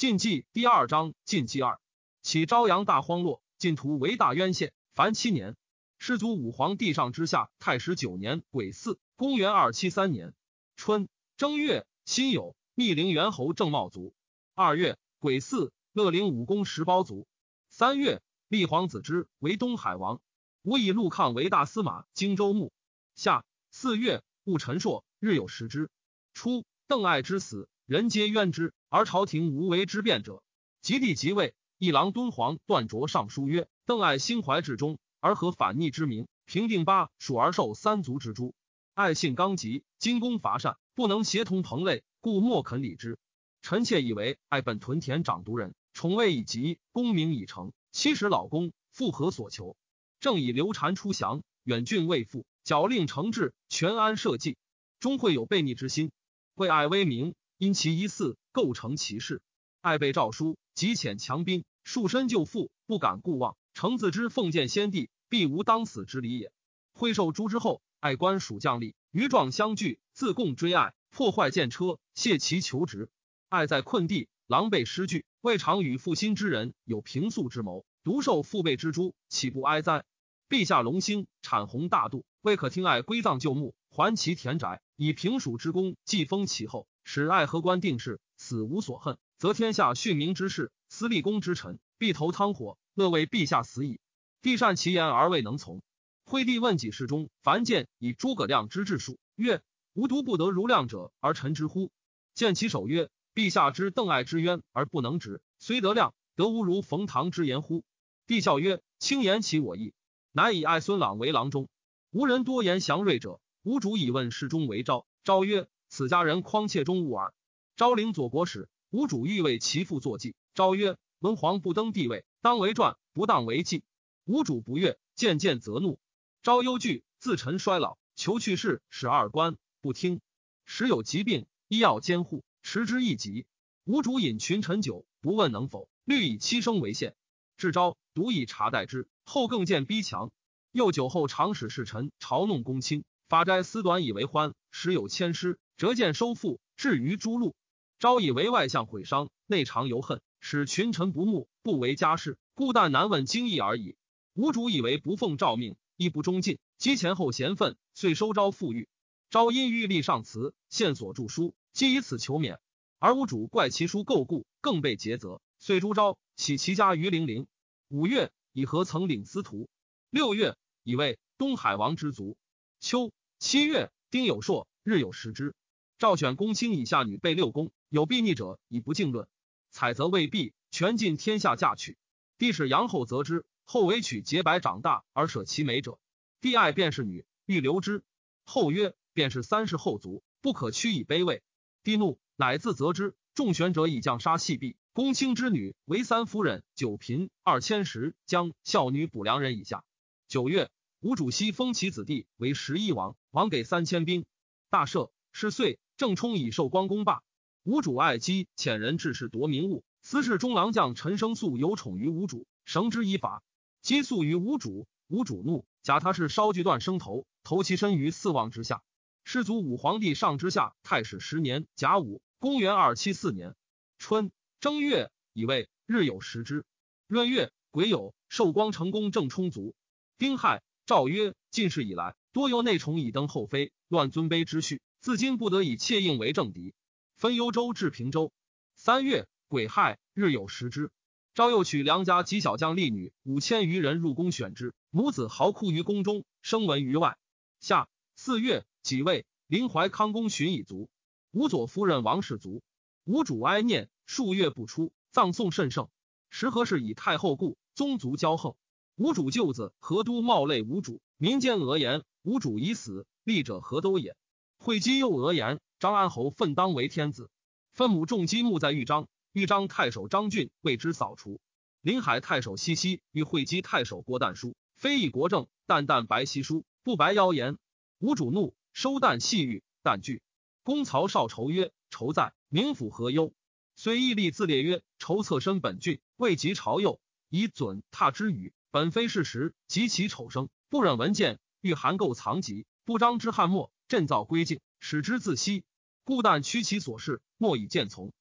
晋纪第2章晋纪2。起朝阳大荒落，晋图为大渊县，凡7年。世祖武皇帝上之下太史9年癸巳，公元273年春正月，辛酉，密陵元侯郑茂卒。2月，癸巳，乐陵武公石苞卒。3月，立皇子之为东海王。吴以陆抗为大司马、荆州牧。夏4月，戊辰朔，日有食之。初，邓艾之死，人皆冤之，而朝廷无为之辩者。及帝即位，一郎敦煌段卓上书曰：邓艾心怀至忠，而合反逆之名，平定巴蜀而受3族之诛。艾性刚急，精工伐善，不能协同朋类，故莫肯理之。臣妾以为艾本屯田长毒人，宠位已极，功名已成，妻使老公，复何所求？正以刘禅出降，远郡未复，矫令惩治，全安社稷，终会有悖逆之心。为艾威名，因其疑似构成其事。艾被诏书，即遣强兵，束身就赴，不敢顾望。诚自知奉见先帝，必无当死之理也。会受诛之后，艾官蜀将吏，余壮相聚，自贡追艾，破坏舰车，泄其求职。艾在困地，狼狈失据，未尝与负心之人有平素之谋，独受父辈之诛，岂不哀哉？陛下隆兴，产洪大度，未可听艾归葬旧墓，还其田宅，以平蜀之功，继封其后，使艾合官定事，死无所恨，则天下殉明之士，私立功之臣，必投汤火，乐为陛下死矣。帝善其言而未能从。惠帝问己事中，凡见以诸葛亮之治术，曰：吾独不得如亮者而臣之乎？见其首曰：陛下知邓艾之冤而不能直，虽得亮，得无如冯唐之言乎？帝笑曰：轻言其我意。乃以艾孙朗为郎中。无人多言祥瑞者，吾主以问事中为昭。昭曰：此家人匡切中勿耳。昭领左国使，吾主欲为其父作祭。昭曰：文皇不登帝位，当为传，不当为祭。吾主不悦，渐渐则怒。昭忧惧，自陈衰老，求去世，使2官不听。时有疾病，医药监护，持之一疾。吾主饮群臣酒，不问能否，虑以7升为限。至昭，独以茶代之，后更见逼强。又酒后常使侍臣嘲弄公卿，发斋私短以为欢，时有迁师，折剑收复，至于诸路。昭以为外相毁伤，内常尤恨，使群臣不睦，不为家事，故但难问经义而已。吾主以为不奉诏命，亦不忠进，积前后嫌愤，遂收昭复狱。昭因欲立上辞，线索著书，即以此求免。而吾主怪其书构故，更被诘责，遂诛昭，起其家于零陵。5月，以何曾领司徒。6月，以为东海王之族。秋7月，丁酉朔，日有食之。诏选公卿以下女备6公，有避逆者以不敬论。采则未必，全尽天下嫁娶。帝使杨后择之，后为娶洁白长大而舍其美者。帝爱便是女，欲留之。后曰：便是30后族，不可屈以卑微。帝怒，乃自责之。众选者以将杀细婢，公卿之女为3夫人，9嫔2千石，将孝女补良人以下。9月，吴主熙封其子弟为11王，王给3000兵。大赦，是岁，郑冲以受光公罢。吴主爱姬，遣人治事夺民物。司事中郎将陈生素有宠于吴主，绳之以法，击诉于吴主。吴主怒，假他是烧锯断生头，投其身于4望之下。世祖武皇帝上之下太史10年甲午，公元274年春正月，以为日有食之。闰月，癸酉，寿光成公郑冲卒。丁亥，诏曰：近世以来，多由内宠以登后妃，乱尊卑之序，自今不得以妾应为政敌，分幽州至平州。3月，癸亥，日有食之。昭又取良家及小将吏女5000余人入宫选之，母子嚎哭于宫中，声闻于外。夏4月，己未，临淮康公寻以卒。吴左夫人王氏卒。吴主哀念，数月不出，葬送甚盛。时何氏以太后故，宗族骄横。吴主舅子河都冒类吴主，民间讹言吴主已死，立者何都也。会稽又讹言张安侯奋当为天子，分母重积木在豫章，豫章太守张俊为之扫除。临海太守西溪与会稽太守郭旦书，非议国政，旦白西书，不白妖言。吴主怒，收旦细狱，旦惧。公曹少仇曰：仇在，冥府何忧？虽义立自列曰：仇侧身本郡，未及朝右，以准踏之语，本非事实，及其丑声，不忍闻见，欲含垢藏疾，不彰之汉末，振造归敬，使之自息。故但屈其所事，莫以见从。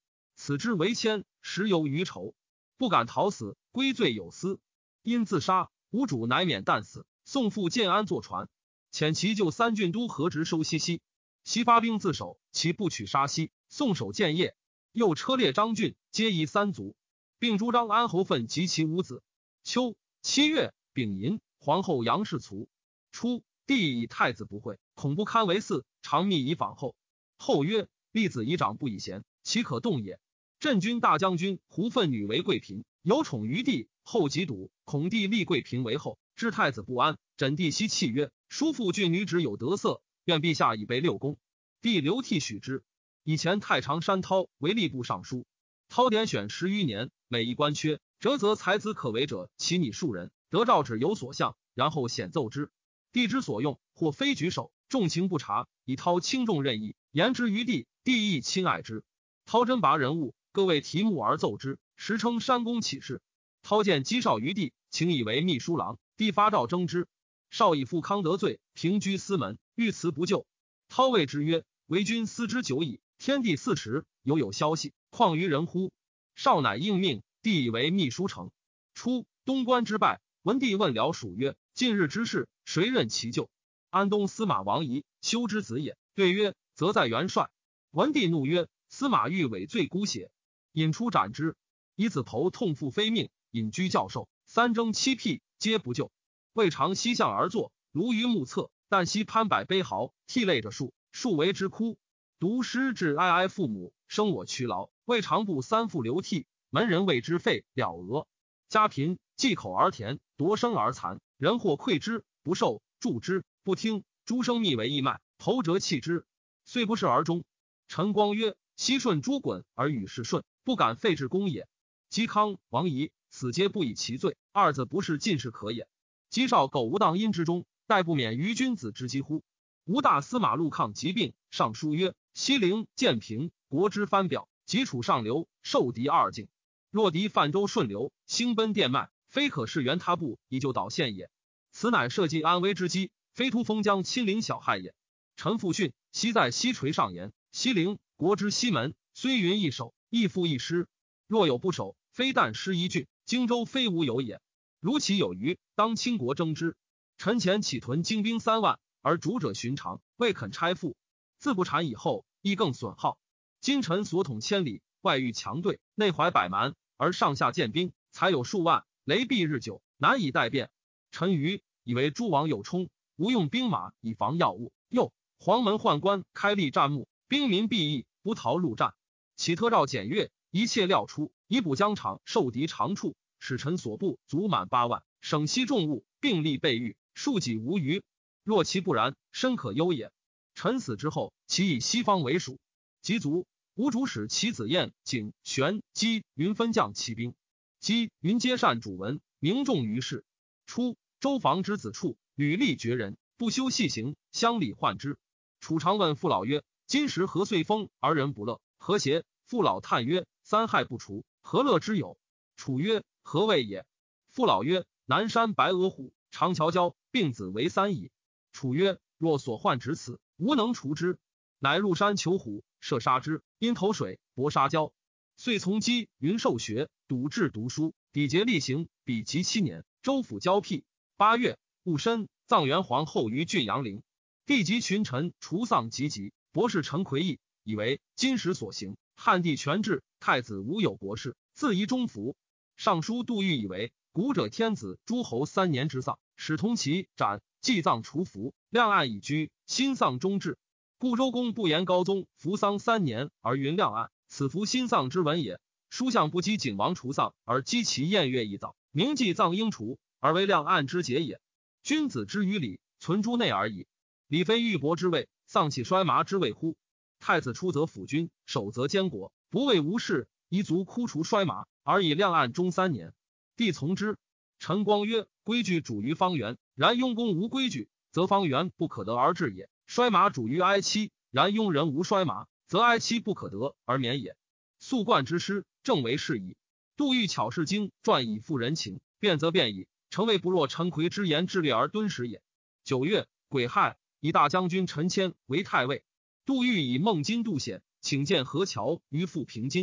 此之为谦，实有余仇，不敢逃死，归罪有司。因自杀，吴主乃免旦死。宋复建安坐船，遣其就三郡都合职收西。西发兵自守，其不取杀西。宋守建业，又车列张郡，皆夷三族，并诛张安侯愤及其五子。秋7月，丙寅，皇后杨氏卒。初，帝以太子不讳，恐不堪为嗣，常密以访后。后曰：立子以长不以贤，其可动也？镇军大将军胡愤女为贵嫔，有宠于帝，后及笃，恐帝立贵嫔为后，致太子不安。枕帝悉泣曰：叔父郡女子有得色，愿陛下以备六公。帝流涕许之。以前太常山涛为吏部尚书，涛典选10余年，每一官缺，折则才子可为者，其拟数人，得诏旨有所向，然后显奏之。帝之所用，或非举手，重情不察，以涛轻重任意，言之于帝，帝亦亲爱之。涛甄拔人物，各为题目而奏之，时称山公启事。涛见积少于帝，请以为秘书郎，帝发诏征之。少以富康得罪，平居司门，欲辞不就。涛谓之曰：为君思之久矣，天地40，有消息，况于人乎？少乃应命，帝以为秘书丞。初，东关之败，文帝问辽属曰：近日之事，谁任其咎？安东司马王仪，修之子也。对曰：则在元帅。文帝怒曰：司马欲伪罪孤邪？引出斩之。以子头痛负非命，隐居教授，3征7辟，皆不救。未尝西向而坐，如于目侧，但惜攀柏悲嚎，涕泪着树，树为之哭。读诗至哀哀父母，生我劬劳，未尝不3父流涕，门人谓之废了额。家贫，忌口而甜，夺生而残，人或馈之，不受，助之，不听，诸生密为义脉，头折弃之，虽不是而终。陈光曰：西顺诸滚而与世顺，不敢废至公也。嵇康、王仪死皆不以其罪，二子不是进士可也。嵇少苟无当阴之中，待不免于君子之疾乎？吴大司马陆抗疾病，上书曰：西陵、建平，国之藩表，及楚上流，受敌2境。若敌泛舟顺流，兴奔电脉，非可视援他部以就导县也。此乃社稷安危之机，非突封疆亲临小害也。陈复训，昔在西垂上言，西陵，国之西门，虽云一守，亦复一师。若有不守，非但失一郡，荆州非无有也。如其有余，当倾国征之。陈前起屯精兵3万，而主者寻常，未肯拆附。自不产以后，亦更损耗。今臣所统千里，外遇强队，内怀百蛮，而上下见兵，才有数万，雷弊日久，难以待变。臣愚以为诸王有冲，无用兵马以防要物。又黄门宦官开立战幕，兵民必役，不逃入战。启特诏检阅，一切料出，以补疆场，受敌长处，使臣所部足满8万，省西重物，并立备御，庶己无余。若其不然，深可忧也。臣死之后，其以西方为属。及卒，吴主使其子燕、景、玄、姬、云分将骑兵。姬、云皆善主文，名重于世。初，周防之子处，屡立绝人，不修细行，乡里患之。楚常问父老曰：今时何岁丰而人不乐？何邪？父老叹曰：三害不除，何乐之有？楚曰：何谓也？父老曰：南山白额虎，长桥蛟，并子为3矣。楚曰：若所患只此，无能除之。乃入山求虎，射杀之，因投水，搏杀蛟。遂从姬、云受学，笃志读书，抵节力行，比及7年。州府交辟。8月，戊申，葬元皇后于郡阳陵。帝及群臣除丧及疾，博士陈奎义以为今时所行，汉帝权治，太子无有国事，自宜中服。尚书杜预以为古者天子诸侯3年之丧，使同其斩，祭葬除服，亮案以居，新丧终至。故周公不言高宗服丧3年而云亮案，此服新丧之文也。书相不积景王除丧而积其宴乐一早，明祭葬应除，而为亮案之节也。君子之于礼，存诸内而已。礼非玉帛之位，丧气衰麻之位乎？太子出则辅君，守则监国，不为无事，宜足枯除衰麻，而以亮案终3年。帝从之。陈光曰：规矩主于方圆，然庸公无规矩，则方圆不可得而治也。衰麻主于哀戚，然庸人无衰麻，则哀戚不可得而免也。素冠之师，正为是矣。杜预巧事经传以复人情，辩则辩矣，诚谓不若陈奎之言智略而敦实也。9月，癸亥，以大将军陈谦为太尉。杜预以孟津杜显，请见河桥于复平津。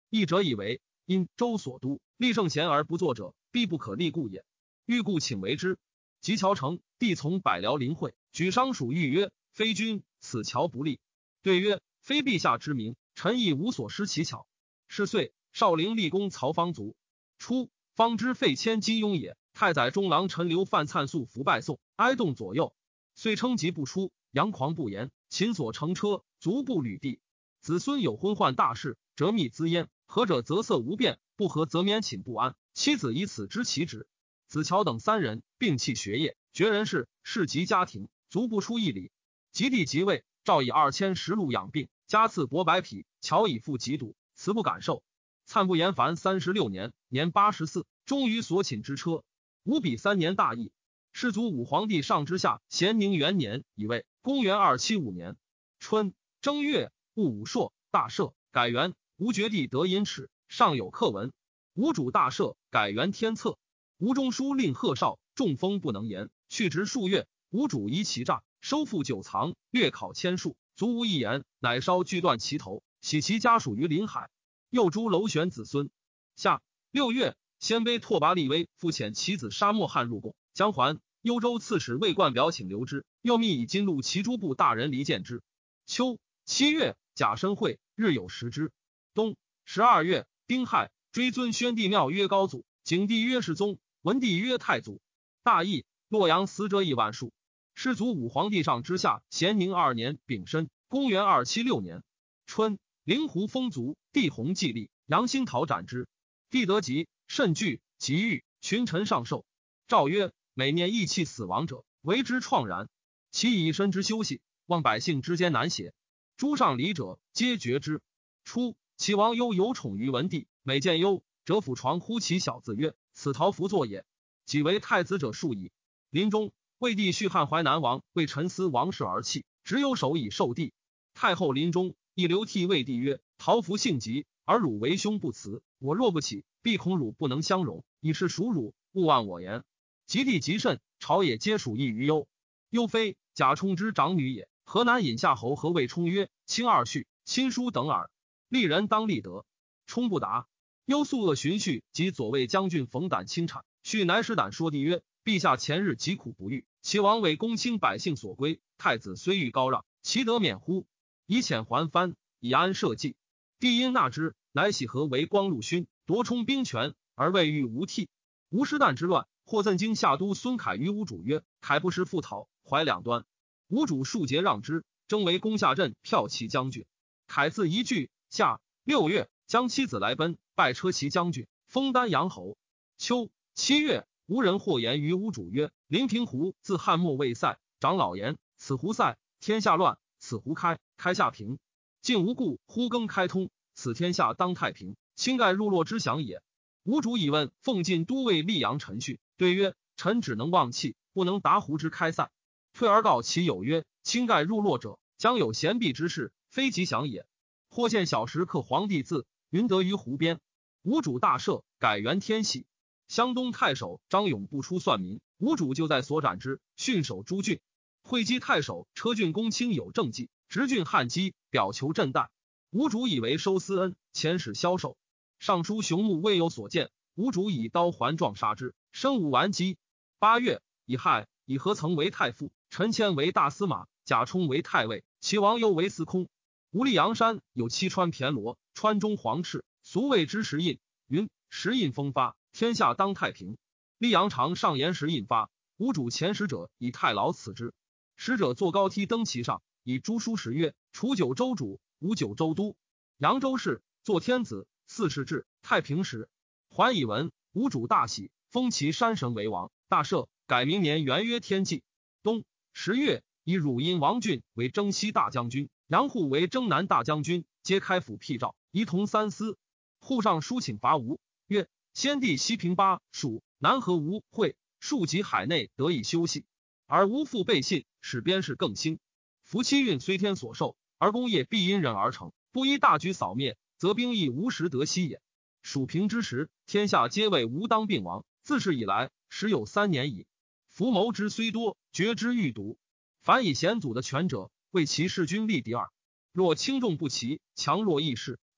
译者以为因周所督立圣贤而不作者，必不可立故也。欲故请为之。及乔成，帝从百僚临会，举商属谕曰：非君，此桥不立。对曰：非陛下之名，臣亦无所失其巧。是岁，少陵立功曹方卒。初，方知废迁金庸也。太宰中郎陈留范粲素服拜宋，哀动左右，遂称疾不出，佯狂不言，秦所乘车，足不履地。子孙有昏患大事，折密滋焉，合者则色无变，不合则免寝不安。妻子以此知其旨。子乔等三人摒弃学业，绝人事，事及家庭，足不出一里。及帝即位，诏以2000石禄养病，加赐帛100匹。乔以父疾笃，辞不敢受。粲不言凡36年，年84，终于所寝之车。吾比3年大义。世祖武皇帝上之下咸宁元年乙未，公元275年春正月，戊午朔，大赦，改元。吴觉帝得因耻，上有课文。吴主大赦，改元天策。吴中书令贺绍中风不能言，去职数月。吴主疑其诈，收复久藏，略考千数，足无一言，乃烧锯断其头，洗其家属于临海。又诛楼玄子孙。夏6月，鲜卑拓跋力威复遣其子沙漠汉入贡，将还。幽州刺史魏冠表请留之，又密以金禄骑诸部大人离间之。秋7月，甲申会，日有食之。冬12月，丁亥，追尊宣帝庙曰高祖，景帝曰世宗，文帝曰太祖。大义，洛阳死者以万数。世祖武皇帝上之下咸宁2年丙申，公元276年春，灵狐风卒，帝弘祭立，杨新桃斩之。帝得疾，甚惧，急欲，群臣上寿。诏曰：每念义气死亡者，为之怆然。其以身之休息，望百姓之间难谐。诸上礼者，皆绝之。初，齐王忧有宠于文帝，每见忧，折斧床呼其小子曰：此陶符作也。己为太子者数矣。临终，魏帝续汉淮南王，为陈思王室而弃，只有手以受帝。太后临终，亦流涕魏帝曰：陶符性急，而汝为兄不辞，我若不起，必恐汝不能相容，以是属汝，勿忘我言。及帝极甚，朝野皆属意于忧。忧妃，贾充之长女也，河南尹夏侯和魏充曰：卿二婿，亲疏等耳，立人当立德。充不答。忧素恶循序及左卫将军冯胆轻谄，续乃使胆说帝曰：陛下前日疾苦不遇，其王为公卿百姓所归，太子虽欲高让，其得免乎？以遣还藩，以安社稷。帝因纳之，乃喜和为光禄勋，夺充兵权，而未遇无替。吴师旦之乱，或赠京夏都孙凯于吴主曰：凯不识复讨，怀两端。吴主数节让之，征为攻下镇骠骑将军。凯自一拒。夏6月，将妻子来奔，拜车骑将军，封丹阳侯。秋7月，吴人或言于吴主曰：临平湖自汉末未塞，长老言：此湖塞，天下乱；此湖开，开下平。晋无故，忽更开通，此天下当太平，卿盖入洛之享也。吴主以问奉晋都尉溧阳陈绪，对曰：臣只能忘气，不能达湖之开塞。退而告其友曰：卿盖入洛者，将有贤婢之事，非吉祥也。或见小时刻皇帝字，云得于湖边。吴主大赦，改元天禧。湘东太守张永不出算民，吴主就在所斩之，训守诸郡。会稽太守车郡公卿有政绩，直郡汉基，表求镇代。吴主以为收私恩，遣使销售。尚书熊目未有所见，吴主以刀环状杀之，生无完机。8月，乙亥，以何曾为太傅，陈谦为大司马，贾充为太尉，齐王忧为司空。吴立阳山有7川骈罗，川中黄赤，俗谓之石印。云石印风发，天下当太平。溧阳常上言石印发，吴主遣使者以太牢辞之。使者坐高梯登其上，以诛书时曰：除九州主，无九州都。扬州市，作天子，4世制，太平时。还以闻，吴主大喜，封其山神为王，大赦，改明年元曰天纪。冬10月，以汝阴王俊为征西大将军，杨户为征南大将军，皆开府辟诏，仪同三司。户上书请伐吴，曰：先帝西平巴蜀，南和吴会，数及海内得以休息，而吴复背信，使边事更兴。夫七运虽天所受，而功业必因人而成，不依大举扫灭，则兵亦无时得息也。蜀平之时，天下皆谓吴当病亡，自是以来，时有3年矣。夫谋之虽多，决之愈笃。凡以贤祖的权者，为其弑君立敌耳。若轻重不齐，强弱易势，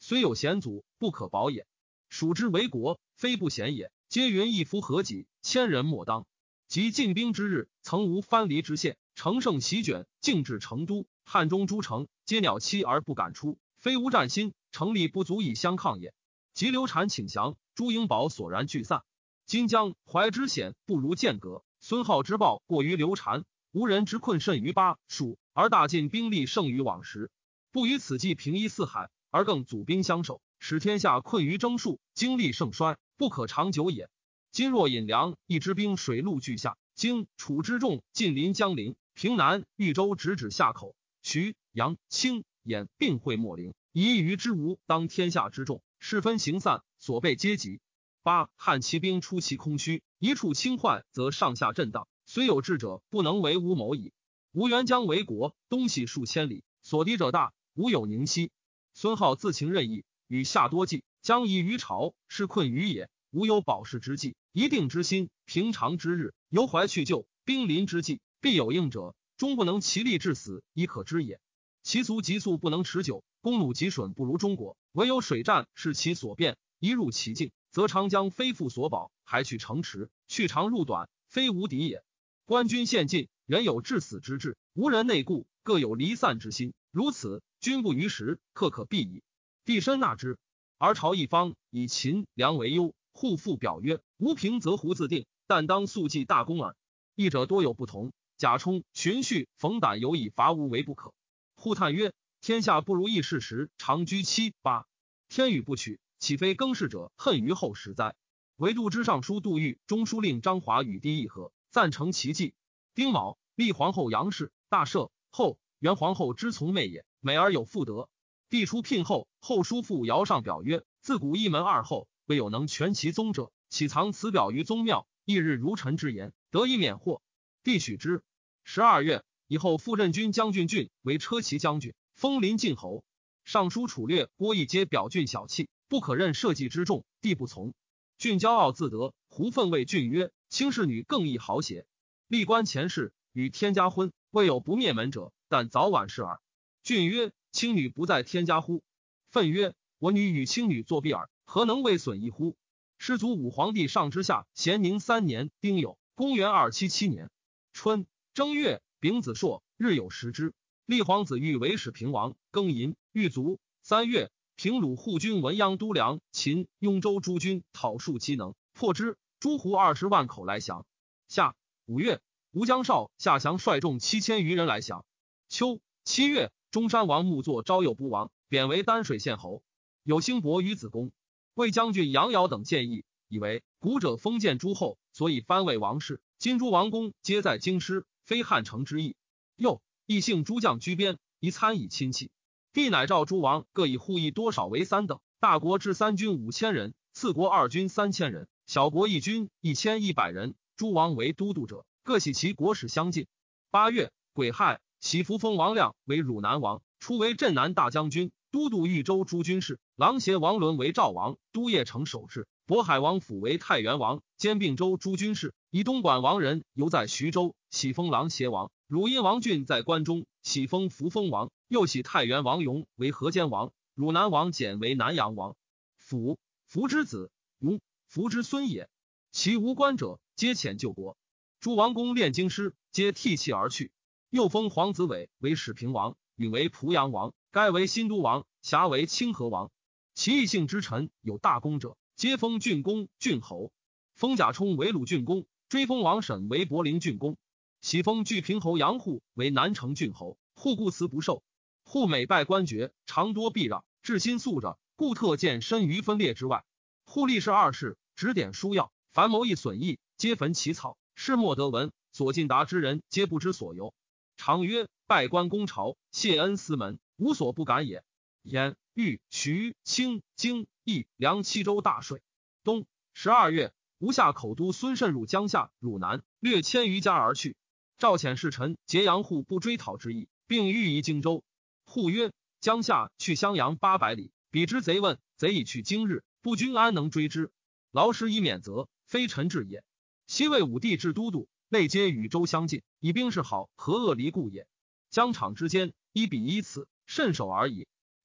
虽有险阻，不可保也。蜀之为国，非不险也。皆云一夫何己，千人莫当。及进兵之日，曾无藩篱之县，乘胜席卷，径至成都。汉中诸城皆鸟栖而不敢出，非无战心，城力不足以相抗也。及刘禅请降，朱英宝索然聚散。今江淮之险不如剑阁，孙皓之暴过于刘禅，吴人之困甚于巴蜀，而大晋兵力胜于往时。不与此计平一四海，而更祖兵相守，使天下困于征戍，精力盛衰，不可长久也。今若引粮，一支兵水陆俱下，荆楚之众近临江陵，平南豫州直指夏口，徐阳青兖并会秣陵，以于之无当天下之众，势分形散，所备皆急。八汉骑兵出其空虚，一处轻坏，则上下震荡，虽有智者，不能为吴谋矣。吴元将为国，东西数千里，所敌者大，无有宁息。孙皓自情任意，与夏多计，将夷于朝，是困于野，无有保世之计，一定之心，平常之日，犹怀去救，兵临之际，必有应者，终不能其力致死，亦可知也。其卒急速不能持久，弓弩极损不如中国，唯有水战是其所变，一入其境，则长江非复所保，还去城池，去长入短，非无敌也。官军陷进，人有致死之志，无人内顾，各有离散之心，如此，君不逾时，克可避矣。帝深纳之。而朝一方以秦梁为忧，户复表曰：吾平则胡自定，但当速记大功耳。议者多有不同，贾充、荀彧、冯胆有以伐吴为不可。户叹曰：天下不如意事时，长居7、8，天与不取，岂非更事者恨于后时哉？唯杜之尚书杜预、中书令张华与帝议和，赞成其计。丁卯，立皇后杨氏，大赦。后元皇后之从妹也，美而有妇德。帝出聘后，后叔父姚上表曰：自古一门二后，未有能全其宗者，岂藏此表于宗庙？翌日如臣之言，得以免祸。帝许之。12月，以后副任军将军郡为车骑将军，封临晋侯。尚书楚略、郭义皆表郡小气，不可任社稷之重，帝不从。郡骄傲自得，胡愤谓郡曰：卿士女更易豪邪。历官前世，与天家婚，未有不灭门者，但早晚是耳。郡曰：卿女不在天家乎？愤曰：我女与卿女作弊耳，何能未损益乎？师祖武皇帝上之下咸宁3年丁酉，公元277年春正月，丙子朔，日有食之。立皇子玉为始平王，庚寅，狱卒。3月，平鲁护军文鸯都梁、秦、雍州诸军讨戍其能，破之。诸胡20万口来降。夏5月，吴江绍、夏降率众7000余人来降。秋7月，中山王穆作昭佑不王，贬为丹水县侯。有兴伯于子宫。魏将军杨尧等建议，以为古者封建诸侯，所以藩位王室，今诸王公皆在京师，非汉城之意。又异姓诸将居边，宜参以亲戚。帝乃诏诸王各以户役多少为3等，大国至3军5000人，次国2军3000人，小国1军1100人。诸王为都督者，各喜其国使相近。8月，癸亥，喜符封王亮为汝南王，初为镇南大将军，都督豫州诸军事。郎协王伦为赵王，都邺城守制。渤海王府为太原王，兼并州诸军事。以东莞王人犹在徐州，喜封郎协王。汝阴王俊在关中，喜封扶风王。又喜太原王勇为河间王，汝南王简为南阳王。扶之子，勇，扶之孙也。其无官者，皆遣救国。诸王公练京师，皆涕泣而去。又封黄子伟为始平王，允为濮阳王，该为新都王，辖为清河王。其异姓之臣有大功者，皆封郡公、郡侯。封贾充为鲁郡公，追封王审为柏林郡公。喜封巨平侯杨户为南城郡侯，户固辞不受。户每拜官爵，常多避让，至心素着，故特见身于分裂之外。户历事2事，指点书要，凡谋议损益，皆焚其草，事莫得闻。所进达之人，皆不知所由。常曰：拜官公朝，谢恩司门，无所不敢也。燕、豫、徐、清、荆、益、梁7州大税。冬12月，吴下口都孙慎入江夏、汝南，略1000余家而去。赵遣侍臣结杨户不追讨之意，并寓于荆州。户曰：江夏去襄阳800里，彼之贼问，贼已去今日，不君安能追之？劳师以免责，非臣治也。西魏武帝至都督，内皆与州相近，以兵势好，何恶离故也。疆场之间，一比一次，甚守而已。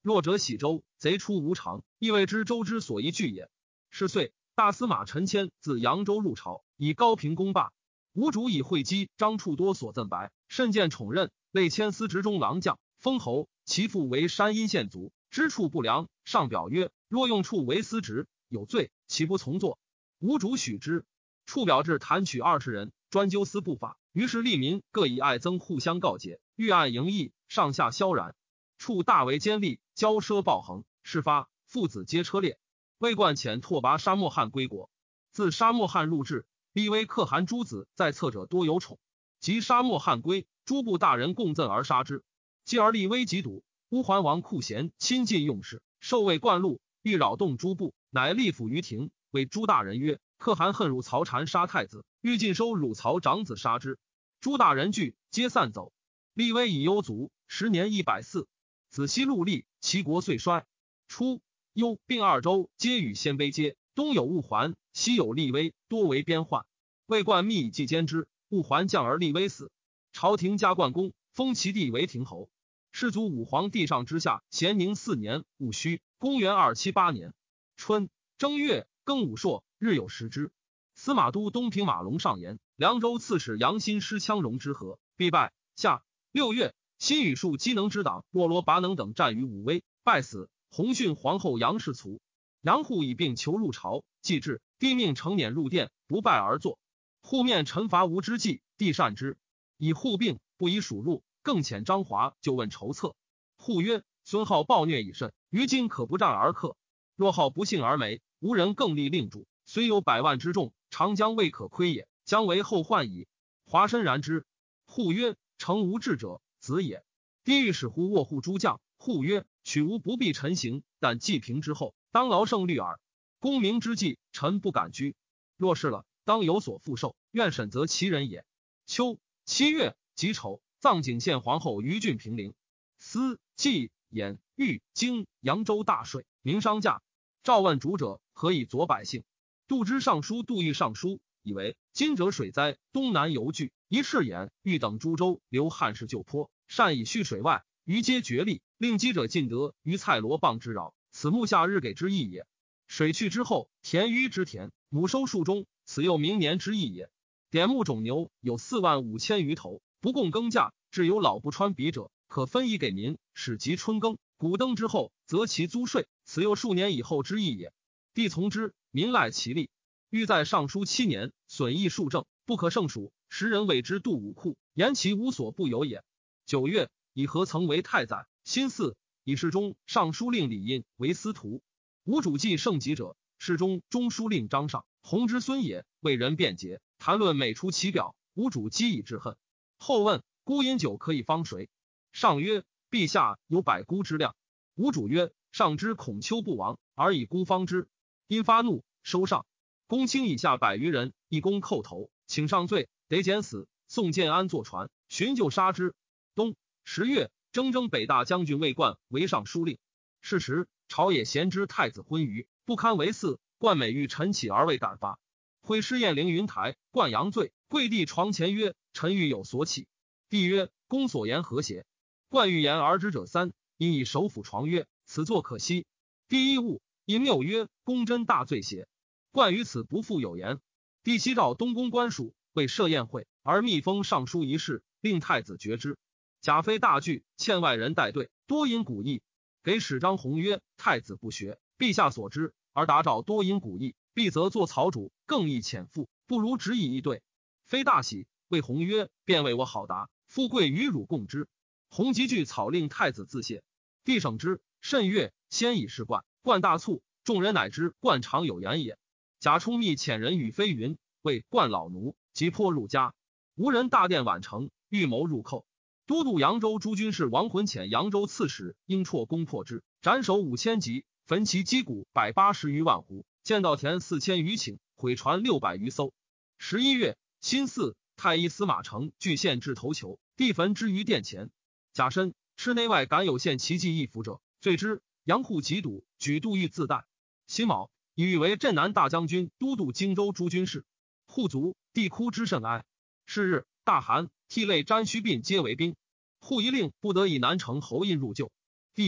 弱者喜州，贼出无常，亦谓之州之所宜惧也。是岁，大司马陈谦自扬州入朝，以高平攻霸。吴主以会稽张处多所赠白，甚见宠任，累迁司职中郎将，封侯。其父为山阴县卒，知处不良，上表曰：若用处为司职，有罪，岂不从作？吴主许之。处表至弹取20人，专究司不法。于是吏民各以爱憎互相告解，欲案营议，上下萧然。处大为奸吏，骄奢暴横，事发，父子皆车裂。魏冠遣拓跋沙漠汉归国。自沙漠汉入至，立威可汗诸子在侧者多有宠。及沙漠汉归，诸部大人共赠而杀之。继而立威疾堵，乌桓王库贤亲近用事，受魏冠禄，欲扰动诸部，乃立府于庭，谓诸大人曰：可汗恨汝曹禅杀太子，欲尽收汝曹长子杀之。诸大人惧，皆散走。立威以忧卒，10年140。子息禄立，其国遂衰。初，幽并2州，皆与鲜卑接，东有乌桓，西有立威，多为边患。魏冠密以计奸之，乌桓降而立威死。朝廷加冠公，封其弟为亭侯。世祖武皇帝上之下，咸宁4年戊戌，公元278年春正月，庚午朔，日有食之。司马都东平马龙上言，凉州刺史杨新师羌戎之和，必败。下6月，辛羽树机能之党若罗拔能等战于武威，败死。洪训皇后杨氏卒。杨护以病求入朝，既至，帝命承辇入殿，不拜而坐。护面陈伐吴之计，帝善之。以护病，不以属禄，更遣张华就问筹策。护曰：孙浩暴虐已甚，于今可不战而克。若浩不幸而没，无人更立令主，虽有100万之众，长江未可窥也，将为后患矣。华深然之。护曰：诚无智者，子也。帝欲使乎卧护诸将。护曰：取无不必臣行，但济平之后，当劳胜虑耳。功名之计，臣不敢居。若是了，当有所复受，愿审择其人也。秋7月己丑，葬景献皇后于郡平陵。司、纪、兖、豫、荆、扬州大税，民商价。诏问主者，何以佐百姓？杜之尚书杜预上书，以为今者水灾，东南犹惧，一赤眼、豫等诸州留汉室旧坡，善以蓄水外，余皆绝力，令积者尽得于蔡罗蚌之饶，此目夏日给之意也。水去之后，田淤之田，亩收数中，此又明年之意也。典牧种牛有45000余头，不供耕价，至有老不穿鼻者，可分以给民，使及春耕。谷登之后，则其租税，此又数年以后之意也。帝从之，民赖其力。欲在尚书7年，损益数正，不可胜数。时人谓之杜武库，言其无所不有也。9月，以何曾为太宰，辛巳，以侍中、尚书令李印为司徒。吴主祭圣吉者，侍中、中书令张尚、弘之孙也，为人辩解，谈论每出其表。吴主积以致恨。后问孤饮酒可以方谁？上曰：陛下有百孤之量。吴主曰：上知孔丘不亡，而以孤方之。因发怒，收上。公卿以下100余人，一公叩头，请上罪，得减死。宋建安坐船，寻就杀之。冬10月，征北大将军魏冠为尚书令。是时，朝野咸知太子昏愚，不堪为嗣，冠每欲晨起而未敢发。挥师宴凌云台，冠阳醉，跪地床前曰：臣欲有所起。帝曰：公所言何邪？冠欲言而之者3，因以手抚床曰：此作可惜。第一物，因谬曰：公真大罪邪？冠于此不复有言。帝悉召东宫官属，为设宴会，而密封尚书一事，令太子决之。贾妃大惧，欠外人带队，多因古意。给使张弘曰：太子不学，陛下所知，而达诏多因古意，必则作曹主，更易潜附，不如只以一对。妃大喜，谓弘曰：便为我好答，富贵与汝共之。弘即具草令太子自谢。帝省之，甚悦，先以示冠。冠大促，众人乃知冠常有言也。贾充密遣人与妃云，谓冠老奴，即迫入家。无人大殿晚成，预谋入寇。都督扬州诸军事王浑遣扬州刺史应绰攻破之，斩首5000级，焚其击鼓180余万斛，建稻田4000余顷，毁船600余艘。11月，辛巳，太医司马承据县至头球，帝焚之于殿前。贾申，魑内外敢有献其计一服者，罪之。杨护疾堵，举杜预自代。辛卯，以欲为镇南大将军，都督荆州诸军事。护卒，帝哭之甚哀。是日，大寒，涕泪沾须鬓皆为冰。护一令不得以南城侯印入厩。帝曰：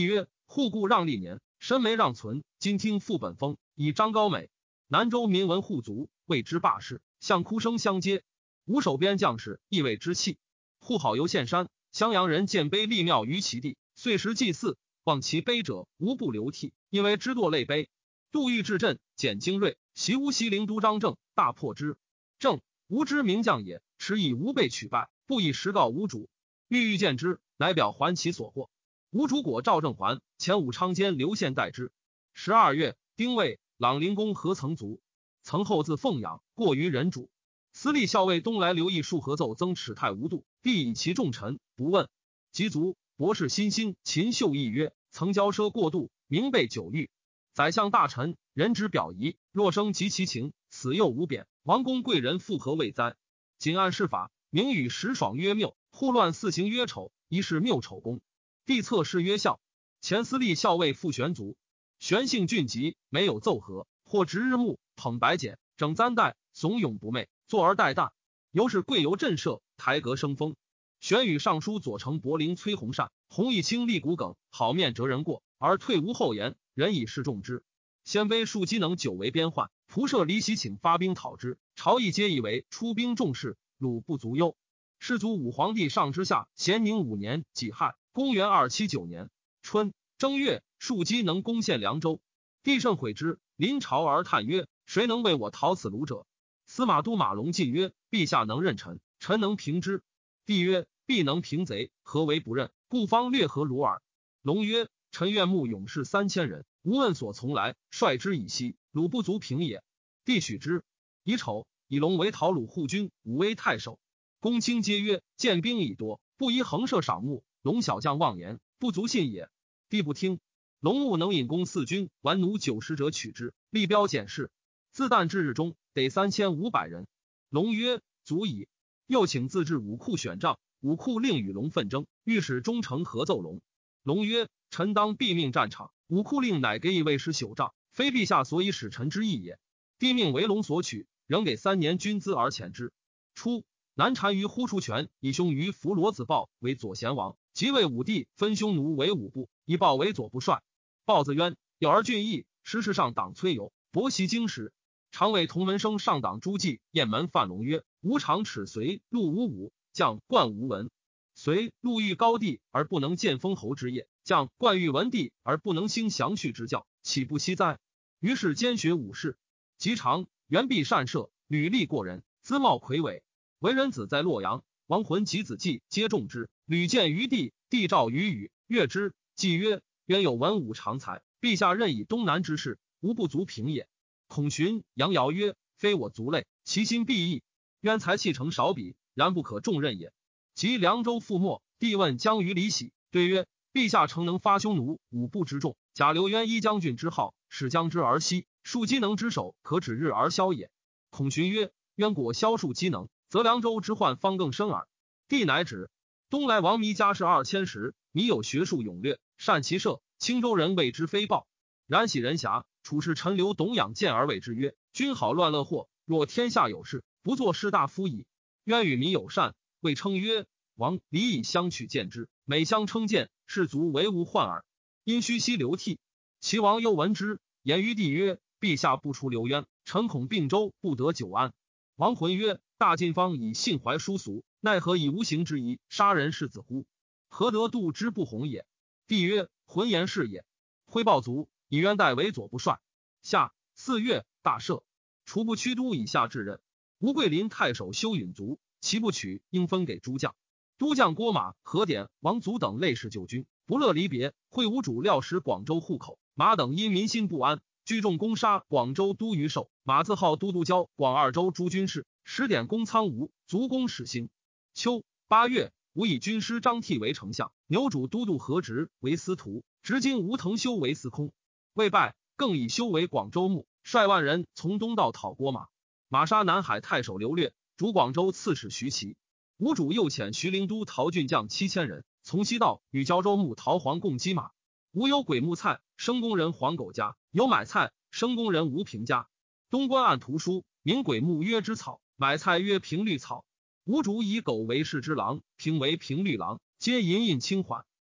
户故让历年，申没让存。今听副本封，以张高美。南州民闻户族，谓之霸士，向哭声相接。吴守边将士亦谓之器。户好游县山，襄阳人见碑立庙于其地，岁时祭祀，望其碑者无不流涕，因为之堕泪碑。杜预至镇，简精锐，袭乌西陵都张正，大破之。正吴之名将也，持以吴被取败，不以实告吴主。欲见之，乃表还其所获。吴主果赵正还，前武昌间刘宪代之。12月，丁未，朗陵公何曾卒。曾后自奉养，过于人主。司隶校尉东来刘义树合奏增齿太无度，必以其重臣，不问。及卒，博士欣心秦秀义曰：曾骄奢过度，名被久遇。宰相大臣，人之表仪，若生及其情，死又无贬。王公贵人复何谓哉？谨按事法，名与时爽曰谬，互乱四行曰丑，一是谬丑公。帝策事曰孝。前司隶校尉傅玄卒，玄性俊疾，没有奏和，或执日木，捧白简，整簪带，怂恿不寐，坐而待旦。由是贵由震慑，台阁生风。玄与尚书左丞柏林崔弘善，弘毅卿立骨梗，好面折人过，而退无后言，人以示重之。鲜卑数机能久为边患，仆射离袭请发兵讨之，朝议皆以为出兵重事，鲁不足忧。世祖武皇帝上之下，咸宁5年己亥，公元279年春正月，数机能攻陷凉州。帝甚悔之，临朝而叹曰：谁能为我讨此虏者？司马都马龙进曰：陛下能任臣，臣能平之。帝曰：必能平贼，何为不任？故方略合汝耳。龙曰：臣愿募勇士3000人，无问所从来，率之以西，鲁不足平也。帝许之。乙丑，以龙为讨鲁护军，武威太守。公卿皆曰：见兵已多，不宜横射赏目。龙小将妄言，不足信也。帝不听。龙木能引攻4军，玩奴90者取之，立标检视。自旦至日中，得3500人。龙曰：足矣。又请自治武库选帐，武库令与龙奋争，御史中丞合奏龙。龙曰：臣当毙命战场，武库令乃给以卫士朽帐，非陛下所以使臣之意也。帝命为龙所取，仍给3年军资而遣之。初，南单于呼出权以兄于弗罗子豹为左贤王，即为武帝分匈奴为5部，以豹为左部帅。豹子渊，有而俊逸，时事上党崔游，博习经史。常委同门生上党朱季雁门范龙曰：吾常齿随陆无武，将冠无文。随陆遇高帝而不能见封侯之业，将冠遇文帝而不能兴详序之教，岂不惜哉？于是兼学武士，及长元必善射，履历过人，姿貌魁伟。为人子在洛阳，亡魂及子季皆重之。屡见于帝，帝诏于禹，悦之。季曰：渊有文武常才，陛下任以东南之事，无不足平也。孔寻、杨尧曰：非我族类，其心必异。渊才气成少比，然不可重任也。及凉州覆没，帝问将于李喜，对曰：陛下诚能发匈奴5部之众，假留渊一将军之号，使将之而息，数机能之首，可指日而消也。孔寻曰：渊果消数机能，则凉州之患方更深耳。帝乃止。东来王弥家世2000石，弥有学术勇略，善骑射，青州人谓之飞豹。然喜人侠，处士陈留董养见而谓之曰：君好乱乐祸，若天下有事，不作士大夫矣。渊与弥友善，谓称曰：王礼以相去见之，每相称见，士卒为无患耳。因须悉流涕。齐王又闻之，言于帝曰：陛下不出刘渊，臣恐并州不得久安。王浑曰：大晋方以信怀殊俗，奈何以无形之疑杀人世子乎？何得度之不弘也？帝曰：浑言是也。挥豹卒，以渊代为左部帅。夏4月，大赦，除不屈都以下至任。吴桂林太守修允卒，其不取，应分给诸将。都将郭马、何典、王祖等类氏救军，不乐离别。会吴主料使广州户口，马等因民心不安，聚众攻杀广州都虞寿。马自号都督交广2州诸军事，使典攻苍梧，卒攻始兴。秋8月，吴以军师张替为丞相，牛主都督何直为司徒，执金吴腾修为司空。未败，更以修为广州牧，率万人从东道讨郭马。马杀南海太守刘略，主广州刺史徐齐。吴主又遣徐陵都陶郡将7000人，从西道与胶州牧陶黄共击马。吴有鬼木菜，生工人黄狗家；有买菜，生工人吴平家。东关按图书，名鬼木曰之草，买菜曰平绿草。吴主以狗为侍之郎，平为平绿郎，皆隐隐轻缓。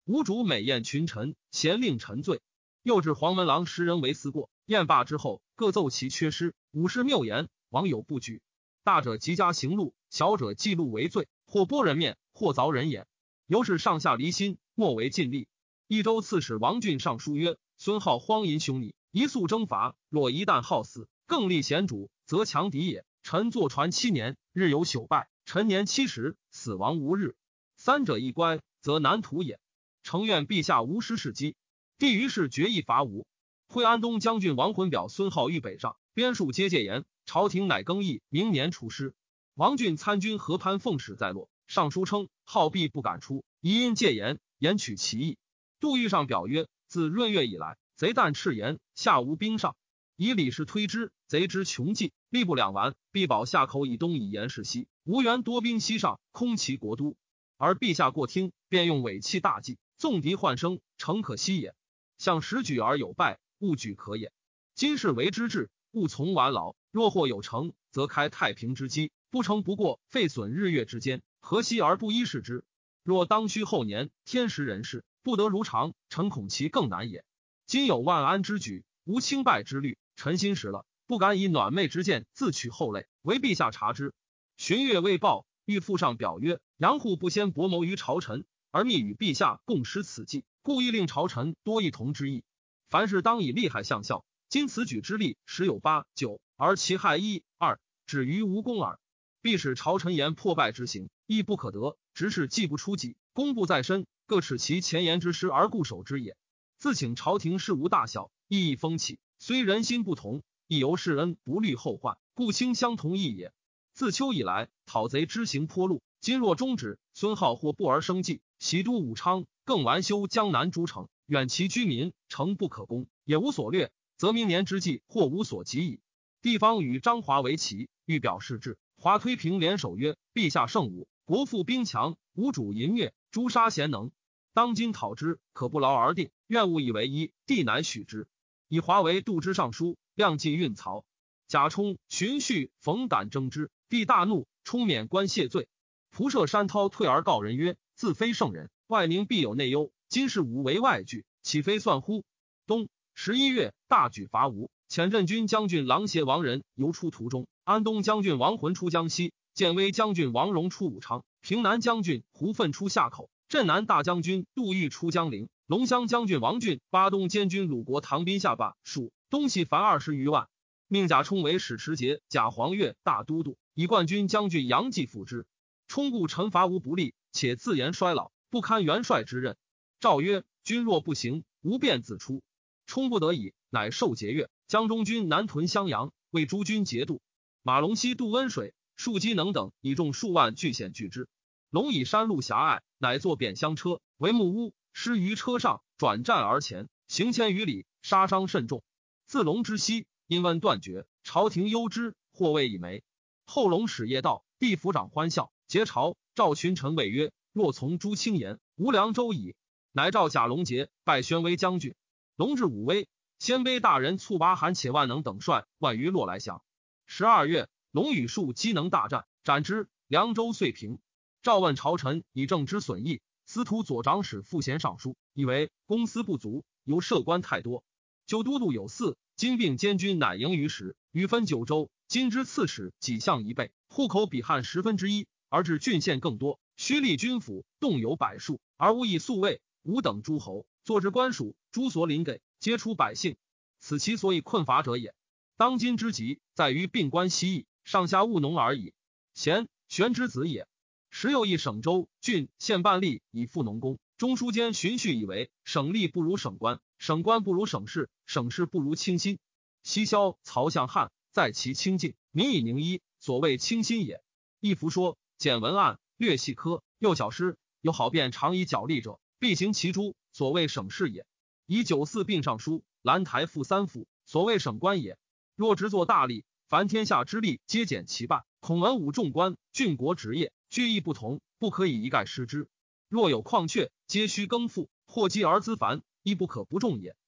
吴主美宴群臣，咸令臣罪。又至黄门郎10人为思过。宴罢之后，各奏其缺失，武士谬言，王有不举。大者即加刑戮，小者记录为罪，或剥人面，或凿人眼。由是上下离心，莫为尽力。益州刺史王浚上书曰：孙浩荒淫凶逆，一速征伐，若一旦好死，更立贤主，则强敌也。臣坐船7年，日有朽败，臣年70，死亡无日。三者一乖，则难图也。诚愿陛下无失事机。帝于是决议伐吴。会安东将军王浑表孙浩豫北上，边戍皆戒严，朝廷乃更议，明年出师。王浚参军河潘奉使在洛，上书称浩必不敢出，疑因戒严，言取其意。杜预上表曰：自闰月以来，贼旦赤言，下无兵上。以李氏推之，贼之穷计，力不两完，必保下口以东，以严势西。吴元多兵西上，空其国都。而陛下过听，便用尾气大计，纵敌换生，诚可惜也。向时举而有败，勿举可也。今是为之治，勿从晚劳。若或有成，则开太平之机；不成不过，废损日月之间，何惜而不依视之？若当须后年，天时人事不得如常，臣恐其更难也。今有万安之举，无轻败之虑，臣心实了，不敢以暖昧之见自取后类，为陛下察之。荀彧未报，欲附上表曰：杨户不先博谋于朝臣，而密与陛下共施此计，故意令朝臣多一同之意。凡事当以利害相效，今此举之利时有8、9，而其害1、2，止于无功耳。必使朝臣言破败之行，亦不可得，直是计不出己，功不在身，各耻其前言之失而固守之也。自请朝廷事无大小，意义风起，虽人心不同，亦由世恩不虑后患，故轻相同意也。自秋以来，讨贼之行颇路，今若终止，孙浩或不而生计，袭都武昌，更完修江南诸城，远其居民，诚不可攻，也无所略，则明年之计或无所及矣。地方与张华为棋，欲表示志。华推平联手曰：陛下圣武，国富兵强，吴主淫虐，诛杀贤能，当今讨之，可不劳而定，愿勿以为一，帝乃许之。以华为度之尚书，量尽运曹。贾充、荀彧、冯胆争之，帝大怒，充免官谢罪。仆射山涛退而告人曰：自非圣人，外宁必有内忧，今是吾为外惧，岂非算乎？冬11月，大举伐吴。遣镇军将军郎协王仁游出途中，安东将军王浑出江西，建威将军王荣出武昌，平南将军胡奋出夏口，镇南大将军杜预出江陵，龙骧将军王浚、巴东监军鲁国唐宾下罢蜀，东西凡20余万。命贾充为使持节、贾黄钺大都督，以冠军将军杨继辅之。充故臣伐吴不利，且自言衰老，不堪元帅之任。诏曰：君若不行，吾便自出。充不得已，乃受节钺。江中军南屯襄阳，为诸军节度。马龙西渡温水，数机能等以众数万巨险拒之。龙以山路狭隘，乃作扁厢车，为木屋，失于车上，转战而前，行千余里，杀伤甚重。自龙之西，因温断绝，朝廷忧之，或谓以没。后龙使夜到，帝府长欢笑，结朝，召群臣谓曰：若从诸卿言，无凉州矣。乃召贾龙杰拜宣威将军。龙至武威，鲜卑大人卒拔韩且万能等率万余落来降。12月，龙与数机能大战，斩之，凉州遂平。诏问朝臣以政之损益，司徒左长史傅贤上书，以为公司不足，由设官太多。旧都督有4，今并监军乃营于10，余分9州。今之刺史几项1倍，户口比汉1/10，而至郡县更多。须立军府，动有百数，而无以宿卫。吾等诸侯，坐之官署，诸所领给，皆出百姓，此其所以困乏者也。当今之急，在于并官西邑，上下务农而已。贤玄之子也。时有一省州、郡、县办吏以复农工，中书监荀彧以为省吏不如省官，省官不如省事，省事不如清心。西萧、曹相汉在其清静，民以宁一，所谓清心也。一夫说，简文案，略细科，又小诗，有好辩常以角力者，必行其诸，所谓省事也。以94并尚书，兰台副3府，所谓省官也。若直作大吏，凡天下之吏皆减其半，恐文武众官、郡国职业俱异不同，不可以一概失之。若有旷阙，皆须更复，或积而资繁，亦不可不重也。